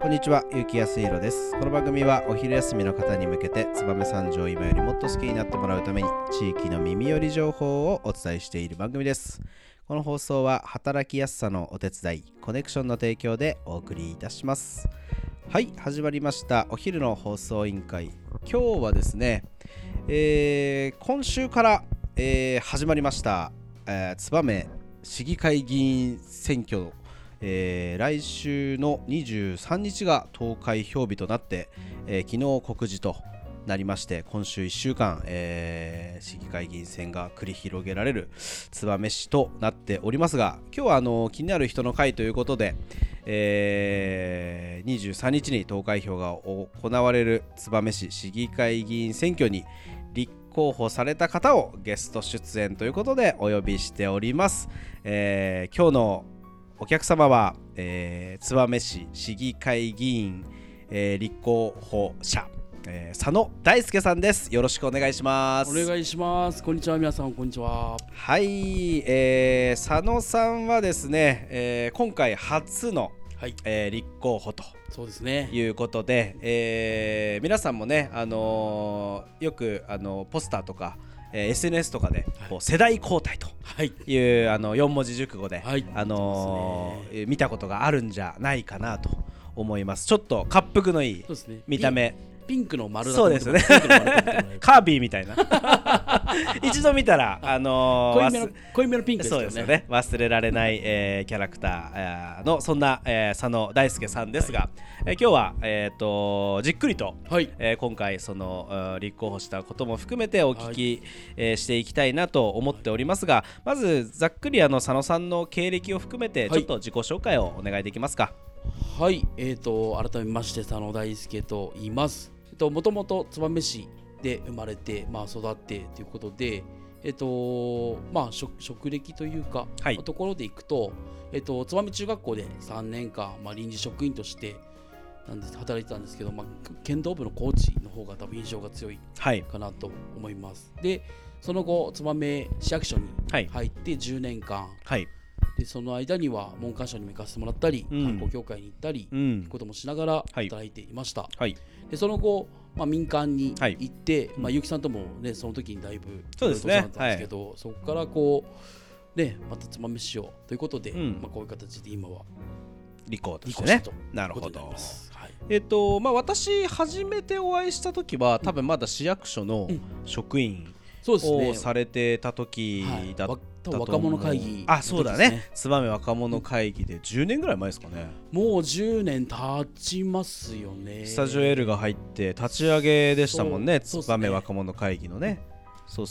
こんにちは、ゆうきやすいろです。この番組はお昼休みの方に向けて燕三条を今よりもっと好きになってもらうために地域の耳寄り情報をお伝えしている番組です。この放送は働きやすさのお手伝い、コネクションの提供でお送りいたします。はい、始まりましたお昼の放送委員会。今日はですね、今週から、始まりました、燕市議会議員選挙の来週の23日が投開票日となって、昨日告示となりまして、今週1週間、市議会議員選が繰り広げられる燕市となっておりますが、今日は気になる人の会ということで、23日に投開票が行われる燕市市議会議員選挙に立候補された方をゲスト出演ということでお呼びしております。今日のお客様は、燕市市議会議員、立候補者、佐野大輔さんです。よろしくお願いします。 お願いします。こんにちは、皆さんこんにちは。 はい、佐野さんはですね、今回初の、立候補とそうですねいうことで、皆さんもね、よくポスターとかSNS とかでこう世代交代という、4文字熟語で、見たことがあるんじゃないかなと思います。ちょっと恰幅のいい見た目、 ピンクの丸だと思ってもらえる。そうですねカービィみたいな一度見たら、 濃いめのピンクですよね。 そうですよね。忘れられない、キャラクターのそんな、佐野大輔さんですが、今日は、じっくりと、今回その立候補したことも含めてお聞き、していきたいなと思っておりますが、まずざっくり佐野さんの経歴を含めてちょっと自己紹介をお願いできますか。 はい、改めまして佐野大輔と言います。もともと燕市で生まれて、育ってということで、職歴というか、ところでいくと、燕中学校で3年間、臨時職員として働いてたんですけど、剣道部のコーチの方が多分印象が強いかなと思います。で、その後燕市役所に入って10年間、でその間には文科省にも行かせてもらったり、観光協会に行ったり、ということもしながら働いていました。でその後、民間に行って、結城さんともねその時にだいぶそうですね、 だったんですけど、そこからこうねまた燕市をということで、こういう形で今は立候補としてね。なるほど。私初めてお会いした時は多分まだ市役所の職員をされてた時だったと思う。 若者会議、 そうだね。燕若者会議で10年ぐらい前ですかね。 もう10年経ちますよね。 スタジオ L が入って立ち上げでしたもんね。燕若者会議のね。そう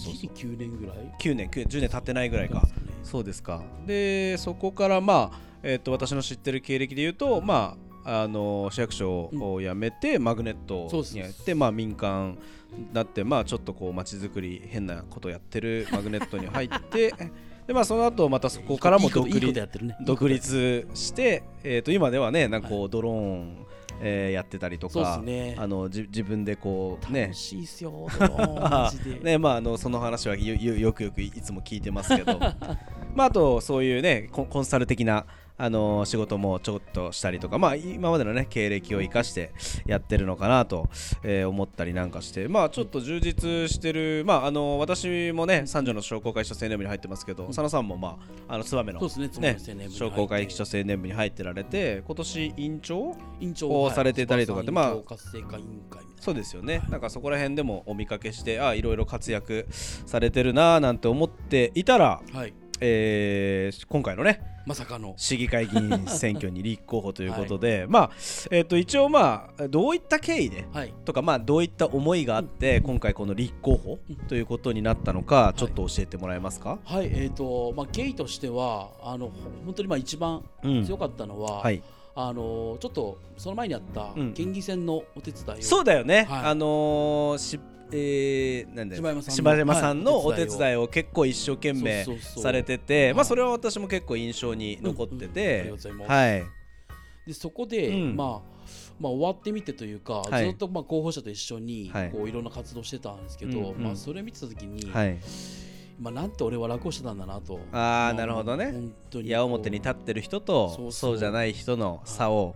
9年ぐらい 10年経ってないぐらいか。そうですか。でそこから私の知ってる経歴で言うと市役所を辞めて、マグネットにやって、民間だってちょっとこう街づくり変なことやってるマグネットに入ってでその後またそこからも独立して、今ではねこうドローンやってたりとか、自分でこうね楽しいっすよマジでねその話はよくいつも聞いてますけどあとそういうねコンサル的な仕事もちょっとしたりとか、今までのね経歴を生かしてやってるのかなと、思ったりなんかして、ちょっと充実してる。私もね三条の商工会議所青年部に入ってますけど、佐野さんも燕の商工会議所青年部に入ってられて、今年委員長をされてたりとかって、 活性化委員会みたいな。 そうですよね。そこら辺でもお見かけして、いろいろ活躍されてるななんて思っていたら、今回のねまさかの市議会議員選挙に立候補ということで、一応どういった経緯で、とかどういった思いがあって、今回この立候補ということになったのか、ちょっと教えてもらえますか。 経緯としては本当に一番強かったのは、ちょっとその前にあった県議選のお手伝いを、 そうだよね、柴山さんのお手伝いを結構一生懸命されてて、それは私も結構印象に残ってて、 でそこで、終わってみてというか、ずっと候補者と一緒にこういろんな活動してたんですけど、それ見てた時に、なんて俺は楽をしてたんだなと。 なるほどね。矢面に立ってる人とそうじゃない人の差を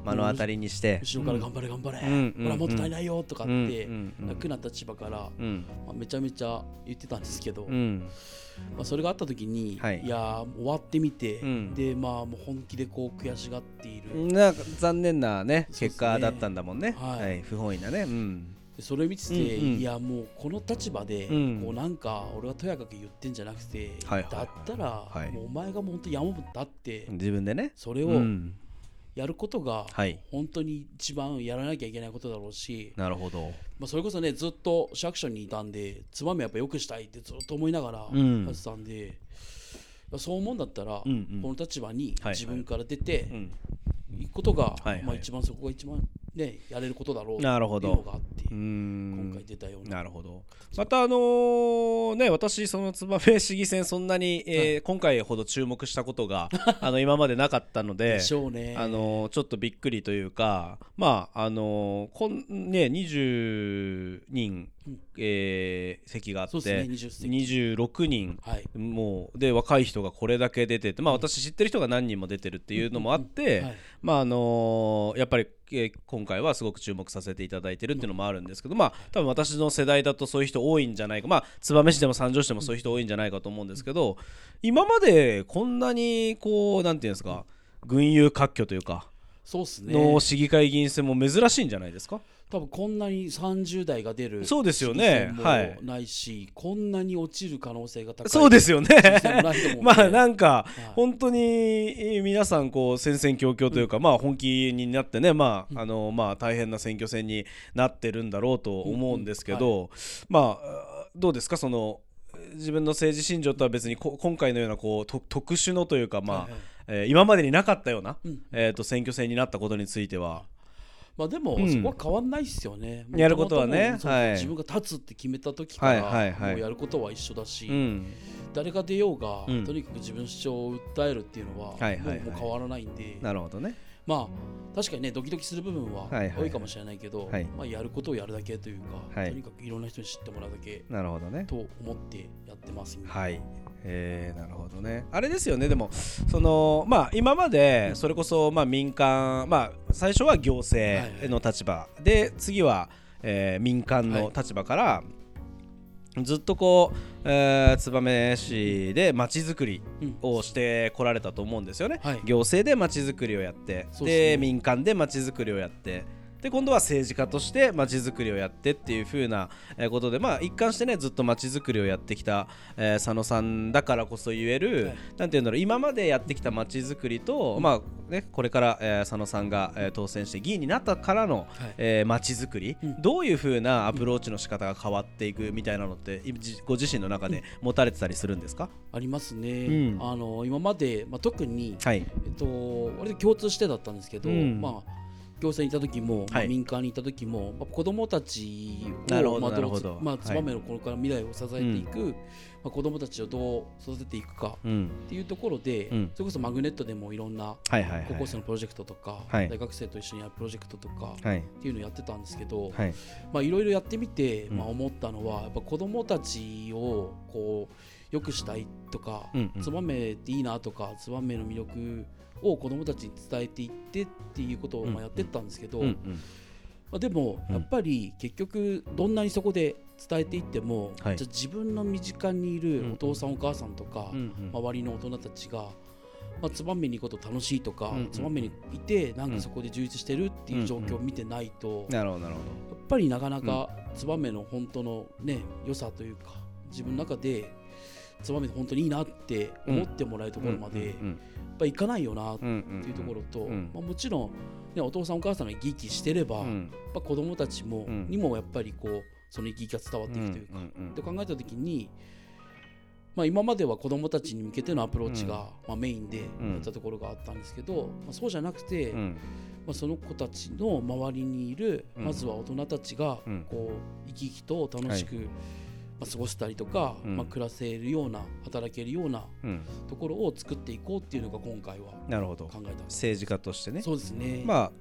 目の当たりにして後ろから頑張れ頑張れ、ほらもっと足りないよとかって楽な立場から、めちゃめちゃ言ってたんですけど、それがあった時に、いや終わってみて、でもう本気でこう悔しがっている、 なんか残念なね結果だったんだもんね、不本意なね。 それを見てて、いやもうこの立場で、こうなんか俺がとやかく言ってんじゃなくて、だったら、もうお前がもう本当に山本だって自分でねそれをやることが本当に一番やらなきゃいけないことだろうし、 なるほど。 それこそねずっと市役所にいたんで燕やっぱ良くしたいってずっと思いながらやってたんで、そう思うんだったら、この立場に自分から出ていくことが、一番そこが一番ねやれることだろうっていうのがあって、今回出たような。 なるほど。またね、私その燕市議選そんなに、今回ほど注目したことが今までなかったので、 しょうね、 ちょっとびっくりというか、20人、席があって、26人、もうで若い人がこれだけ出てて、私知ってる人が何人も出てるっていうのもあって、やっぱり今回はすごく注目させていただいてるっていうのもあるんですけど、多分私の世代だとそういう人多いんじゃないか、燕市でも三条市でもそういう人多いんじゃないかと思うんですけど、今までこんなにこうなんていうんですか、群雄割拠というかの市議会議員選も珍しいんじゃないですか。 多分こんなに30代が出るそうですよね、 ないし、こんなに落ちる可能性が高い。 そうですよねなんか、本当に皆さんこう戦々恐々というか、本気になってね、大変な選挙戦になってるんだろうと思うんですけど、どうですか、その自分の政治信条とは別に今回のようなこう特殊のというか、今までになかったような、選挙戦になったことについては。 でもそこは変わんないっすよね、 やることはね。 自分が立つって決めた時からもうやることは一緒だし、誰が出ようが、とにかく自分の主張を訴えるっていうのはもう変わらないんで。 なるほどね。 確かにねドキドキする部分は多いかもしれないけど、やることをやるだけというか、とにかくいろんな人に知ってもらうだけと思ってやってます。 なるほどね。あれですよね。でもその今までそれこそ民間、最初は行政の立場で、次は民間の立場からずっとこう、燕市でまちづくりをしてこられたと思うんですよね。行政でまちづくりをやって、で民間でまちづくりをやって、で今度は政治家としてまちづくりをやってっていう風なことで、一貫してねずっとまちづくりをやってきた佐野さんだからこそ言える、なんていうんだろう、今までやってきたまちづくりと、これから佐野さんが当選して議員になったからのまちづくり、どういう風なアプローチの仕方が変わっていくみたいなのってご自身の中で持たれてたりするんですか？ ありますね。今まで、特に、割と共通してだったんですけど、行政にいた時も、民間にいた時も、子どもたちを燕のこれから未来を支えていく、子どもたちをどう育てていくかっていうところで、それこそマグネットでもいろんな高校生のプロジェクトとか、大学生と一緒にやるプロジェクトとかっていうのをやってたんですけど、いろいろやってみて、思ったのはやっぱ子どもたちをこう良くしたいとか、燕っていいなとか、燕の魅力を子どもたちに伝えていってっていうことをやってったんですけど、でもやっぱり結局どんなにそこで伝えていっても、じゃあ自分の身近にいるお父さんお母さんとか、周りの大人たちが、燕に行くこと楽しいとか、燕にいてなんかそこで充実してるっていう状況を見てないと、やっぱりなかなか燕の本当のね良さというか、自分の中で燕って本当にいいなって思ってもらえるところまでやっぱいかないよなっていうところと、もちろん、ね、お父さんお母さんが生き生きしてれば、やっぱ子どもたちも、にもやっぱりこうその生き生きが伝わっていくというか、って考えた時に、今までは子どもたちに向けてのアプローチが、メインでやったところがあったんですけど、そうじゃなくて、その子たちの周りにいる、まずは大人たちがこう生き生きと楽しく、過ごしたりとか、暮らせるような働けるようなところを作っていこうっていうのが今回は考えた。 政治家としてね。 そうですね。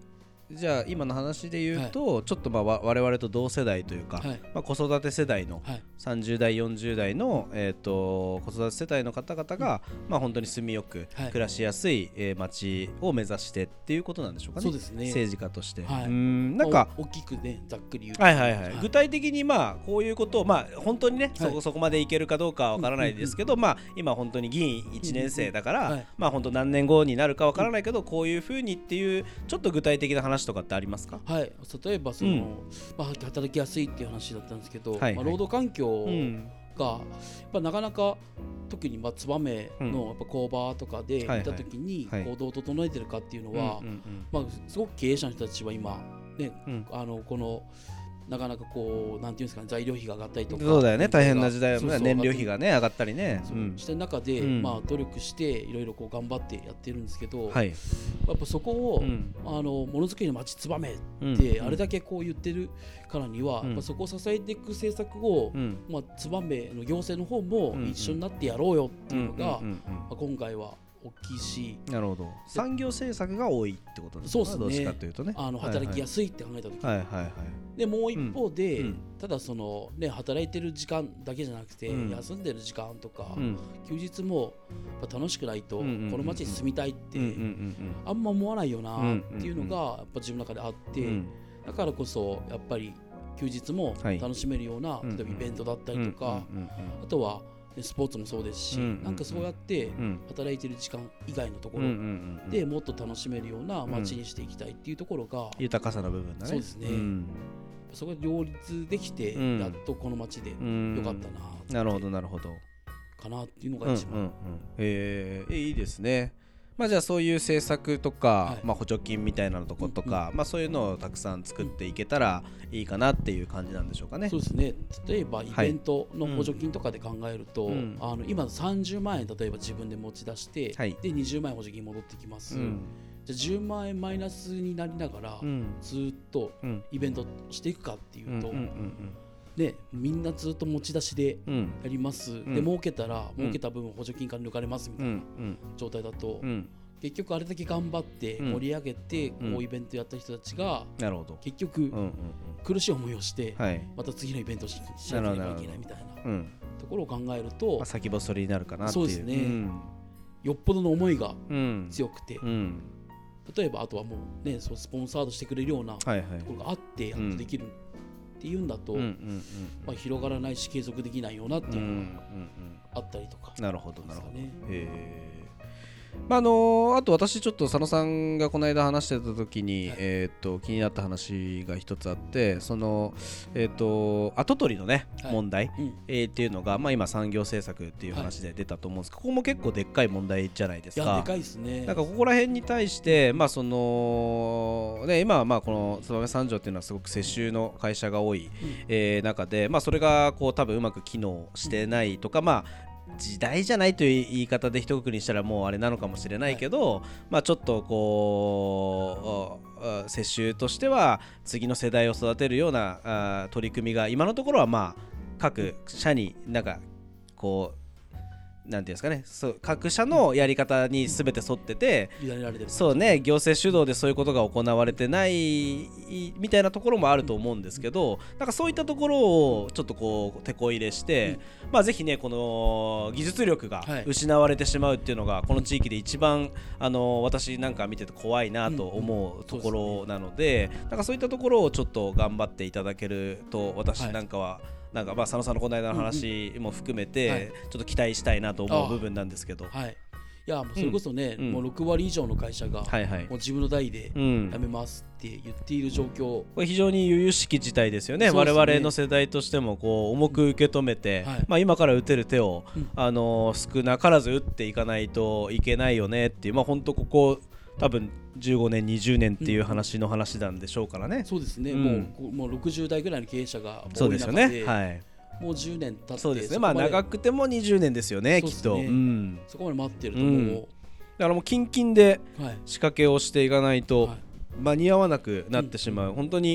じゃあ今の話で言うと、ちょっと我々と同世代というか、子育て世代の30代40代の、子育て世代の方々が、本当に住みよく暮らしやすい、街を目指してっていうことなんでしょうかね。 そうですね、 政治家として、 なんか大きくねざっくり言うと、 具体的にこういうことを本当にね、そこまでいけるかどうかはわからないですけど、今本当に議員1年生だから、本当何年後になるかわからないけど、こういうふうにっていうちょっと具体的な話とかってありますか？ 例えば働きやすいっていう話だったんですけど、労働環境がなかなか特に燕のやっぱ工場とかで見たときにどう整えてるかっていうのは、すごく経営者の人たちは今ね、このなかなかこうなんていうんですかね、材料費が上がったりとか、 そうだよね、大変な時代は燃料費がね上がったりね、 してる中で、努力していろいろこう頑張ってやってるんですけど、やっぱそこを、ものづくりの町燕ってあれだけこう言ってるからには、やっぱそこを支えていく政策を、燕の行政の方も一緒になってやろうよっていうのが、今回は大きいし。 なるほど、産業政策が多いってことですか？そうですね、どっちかというとね、 働きやすいって考えた時、でもう一方で、ただそのね、働いてる時間だけじゃなくて、休んでる時間とか、休日もやっぱ楽しくないと、この街に住みたいってあんま思わないよなっていうのがやっぱ自分の中であって、だからこそやっぱり休日も楽しめるような、例えばイベントだったりとか、あとはスポーツもそうですし、なんかそうやって働いてる時間以外のところでもっと楽しめるような街にしていきたいっていうところが、 豊かさの部分だね。 そうですね、そこが両立できて、やっとこの街でよかったな、 なるほどなるほどかなっていうのが一番、 いいですね。じゃあそういう政策とか、補助金みたいなとことか、そういうのをたくさん作っていけたらいいかなっていう感じなんでしょうかね。 そうですね、例えばイベントの補助金とかで考えると、今30万円例えば自分で持ち出して、で20万円補助金戻ってきます、じゃあ10万円マイナスになりながら、ずっとイベントしていくかっていうと、みんなずっと持ち出しでやります、で儲けたら儲けた分補助金から抜かれますみたいな状態だと、結局あれだけ頑張って盛り上げて、こうイベントやった人たちが結局苦しい思いをして、また次のイベントしなければいけないみたいなところを考えると、 先細りになるかなっていう。 そうですね、よっぽどの思いが強くて、例えばあとはもうね、そうスポンサードしてくれるようなところがあってやっとできるっていうんだと、広がらないし継続できないよなっていうのがあったりとか。 なるほどなるほど。あと私ちょっと佐野さんがこの間話してた時に、気になった話が一つあって、その跡取りのね、問題、っていうのが、今産業政策っていう話で出たと思うんですけど、ここも結構でっかい問題じゃないですか。 いやでかいですね。 なんかここら辺に対して、そのね、今はこの燕三条っていうのはすごく世襲の会社が多い、中で、それがこう多分うまく機能してないとか、時代じゃないという言い方で一括りにしたらもうあれなのかもしれないけど、ちょっとこう世襲としては次の世代を育てるような取り組みが今のところは各社になんかこうなんていうんですかね、そう各社のやり方に全て沿ってて、そうね、行政主導でそういうことが行われてないみたいなところもあると思うんですけど、なんかそういったところをちょっとこう手こ入れして、ぜひね、この技術力が失われてしまうっていうのがこの地域で一番私なんか見てて怖いなと思うところなので、なんかそういったところをちょっと頑張っていただけると、私なんかはなんか佐野さんのこの間の話も含めてちょっと期待したいなと思う部分なんですけど、 いやもうそれこそね、もう6割以上の会社がもう自分の代で辞めますって言っている状況、 これ非常に由々しき事態ですよね。我々の世代としてもこう重く受け止めて、今から打てる手を少なからず打っていかないといけないよねっていう、本当ここ多分15年20年っていう話なんでしょうからね。 そうですね、もう60代ぐらいの経営者が多い中で、もう10年経って、 そうですね、長くても20年ですよね、きっと。 そこまで待ってると思う。 だからもう近々で仕掛けをしていかないと間に合わなくなってしまう。本当に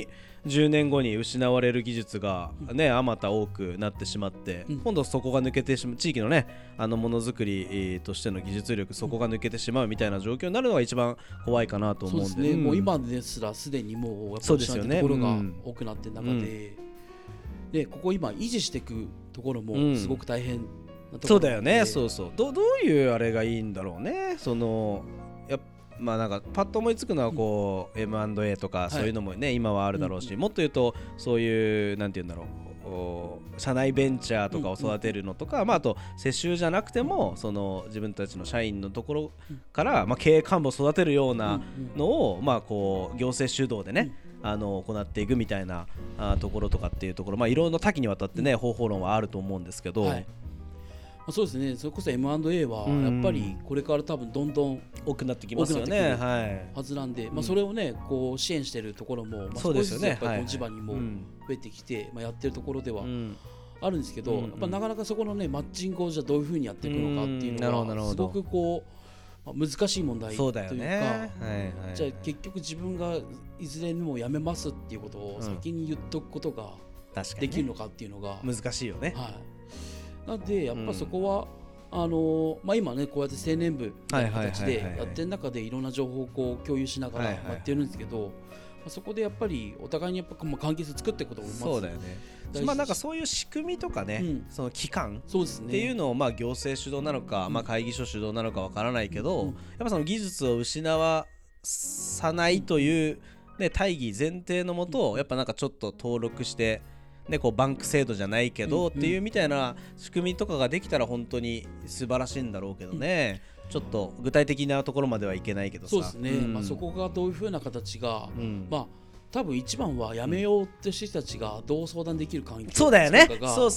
10年後に失われる技術がねあまた多くなってしまって、今度そこが抜けてしまう、地域のねものづくりとしての技術力、そこが抜けてしまうみたいな状況になるのが一番怖いかなと思うんで。 そうですね、もう今ですらすでにもうやっぱり失われるところが多くなってる中で、ここ今維持していくところもすごく大変なところ、 そうだよね。そうそう、どういうあれがいいんだろうね。まあなんかパッと思いつくのはこう、M&A とかそういうのもね、今はあるだろうし、もっと言うとそういうなんていうんだろう、社内ベンチャーとかを育てるのとか、あと世襲じゃなくてもその自分たちの社員のところから、経営幹部を育てるようなのを、こう行政主導でね、行っていくみたいなところとかっていうところ、いろんな多岐にわたってね、方法論はあると思うんですけど、 そうですね、それこそ M&A はやっぱりこれから多分どんどん多くなってきますよね。 はずなんで、それをねこう支援しているところも、少しずつやっぱり地場にも増えてきて、やってるところではあるんですけど、やっぱなかなかそこのねマッチングをじゃあどういうふうにやっていくのかっていうのがすごくこう難しい問題というか、じゃあ結局自分がいずれにも辞めますっていうことを先に言っとくことができるのかっていうのが難しいよね。 なのでやっぱそこは、今ねこうやって青年部みたいな形でやってる中でいろんな情報をこう共有しながらやってるんですけど、そこでやっぱりお互いにやっぱ関係性作っていくこともそうだよね。なんかそういう仕組みとかね、その期間っていうのを行政主導なのか、会議所主導なのかわからないけど、やっぱその技術を失わさないという、大義前提のもと、やっぱなんかちょっと登録してこうバンク制度じゃないけどっていうみたいな仕組みとかができたら本当に素晴らしいんだろうけどね、ちょっと具体的なところまではいけないけどさ。 そうですね、そこがどういう風な形が、多分一番はやめようってして人たちがどう相談できる環境、 そうだよね。そう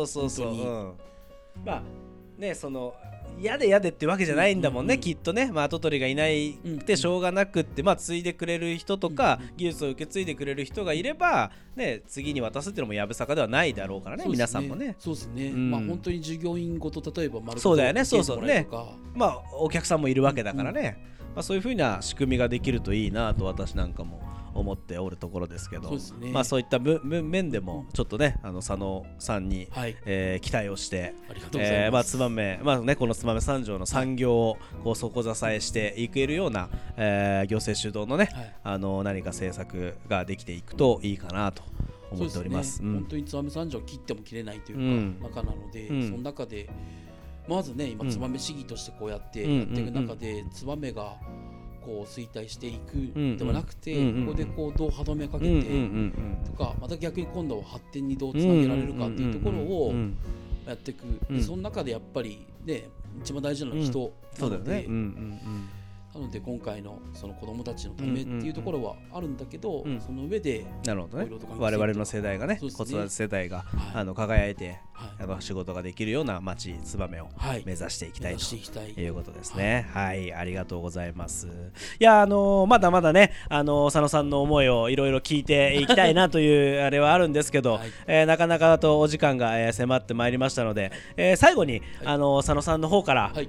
その嫌でってわけじゃないんだもんね、きっとね。跡取りがいないくてしょうがなくって、継いでくれる人とか、技術を受け継いでくれる人がいれば、次に渡すっていうのもやぶさかではないだろうからね、皆さんもね。 そうですね、本当に従業員ごと例えば丸そうだよね、そうね、お客さんもいるわけだからね、そういう風な仕組みができるといいなと私なんかも思っておるところですけど、そういった面でもちょっとね佐野さんに、期待をして、ツバメ、この燕三条の産業をこう底支えしていけるような、行政主導のね、何か政策ができていくといいかなと思っております。 本当に燕三条切っても切れないというか、中なので、その中でまずね今燕市議としてこうやっていく中で、燕がこう衰退していくではなくて、ここでこうどう歯止めかけてとか、また逆に今度は発展にどうつなげられるかっていうところをやっていく。でその中でやっぱりね一番大事なのは人なので、なので今回のその子どもたちのためっていうところはあるんだけど、その上でなるほどね、我々の世代がね、子育て世代が輝いて仕事ができるような町燕を目指していきたいということですね。はい、ありがとうございます。いやまだまだね佐野さんの思いをいろいろ聞いていきたいなというあれはあるんですけど、なかなかとお時間が迫ってまいりましたので、最後に佐野さんの方から今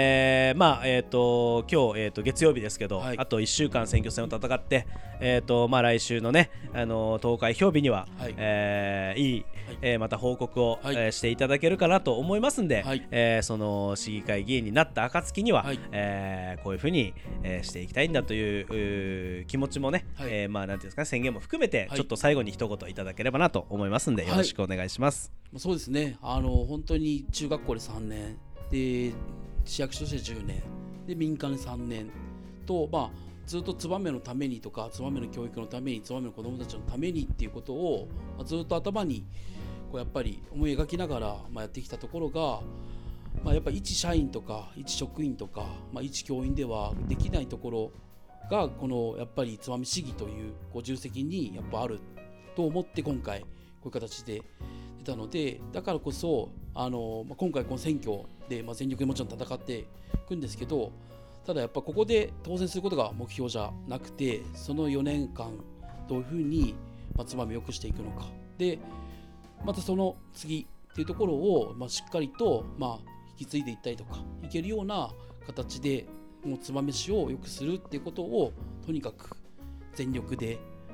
日月曜日ですけど、あと1週間選挙戦を戦って、来週のね投開票日には、また報告を、していただけるかなと思いますんで、その市議会議員になった暁には、こういうふうに、していきたいんだという気持ちもね、なんていうんですかね、宣言も含めてちょっと最後に一言いただければなと思いますんで、よろしくお願いします。 そうですね、本当に中学校で3年で市役所として10年で民間で3年と、ずっと燕のためにとか燕の教育のために燕の子どもたちのためにっていうことを、ずっと頭にこうやっぱり思い描きながら、やってきたところが、やっぱり一社員とか一職員とか、一教員ではできないところがこのやっぱり燕市議という重責にやっぱあると思って今回こういう形で出たので、だからこそ今回この選挙で全力でもちろん戦っていくんですけど、ただやっぱここで当選することが目標じゃなくて、その4年間どういうふうに燕を良くしていくのかで、またその次っていうところをしっかりと引き継いでいったりとかいけるような形でもう燕市を良くするっていうことをとにかく全力で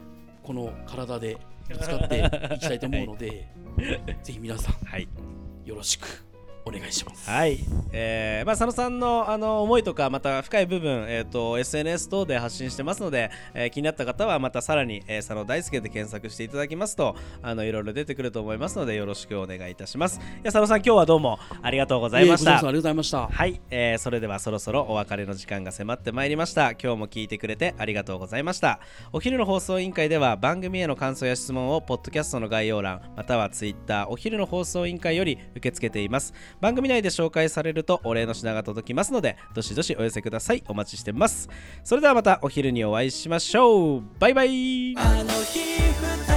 この体で使っていきたいと思うので、ぜひ皆さん、よろしくお願いします。 はい、佐野さんの思いとかまた深い部分、SNS 等で発信してますので、気になった方はまたさらに、佐野大輔で検索していただきますといろいろ出てくると思いますので、よろしくお願いいたします。佐野さん、今日はどうもありがとうございました。 ありがとうございました。 はい、それではそろそろお別れの時間が迫ってまいりました。今日も聞いてくれてありがとうございました。お昼の放送委員会では番組への感想や質問をポッドキャストの概要欄またはツイッターお昼の放送委員会より受け付けています。番組内で紹介されるとお礼の品が届きますので、どしどしお寄せください。お待ちしてます。それではまたお昼にお会いしましょう。バイバイ。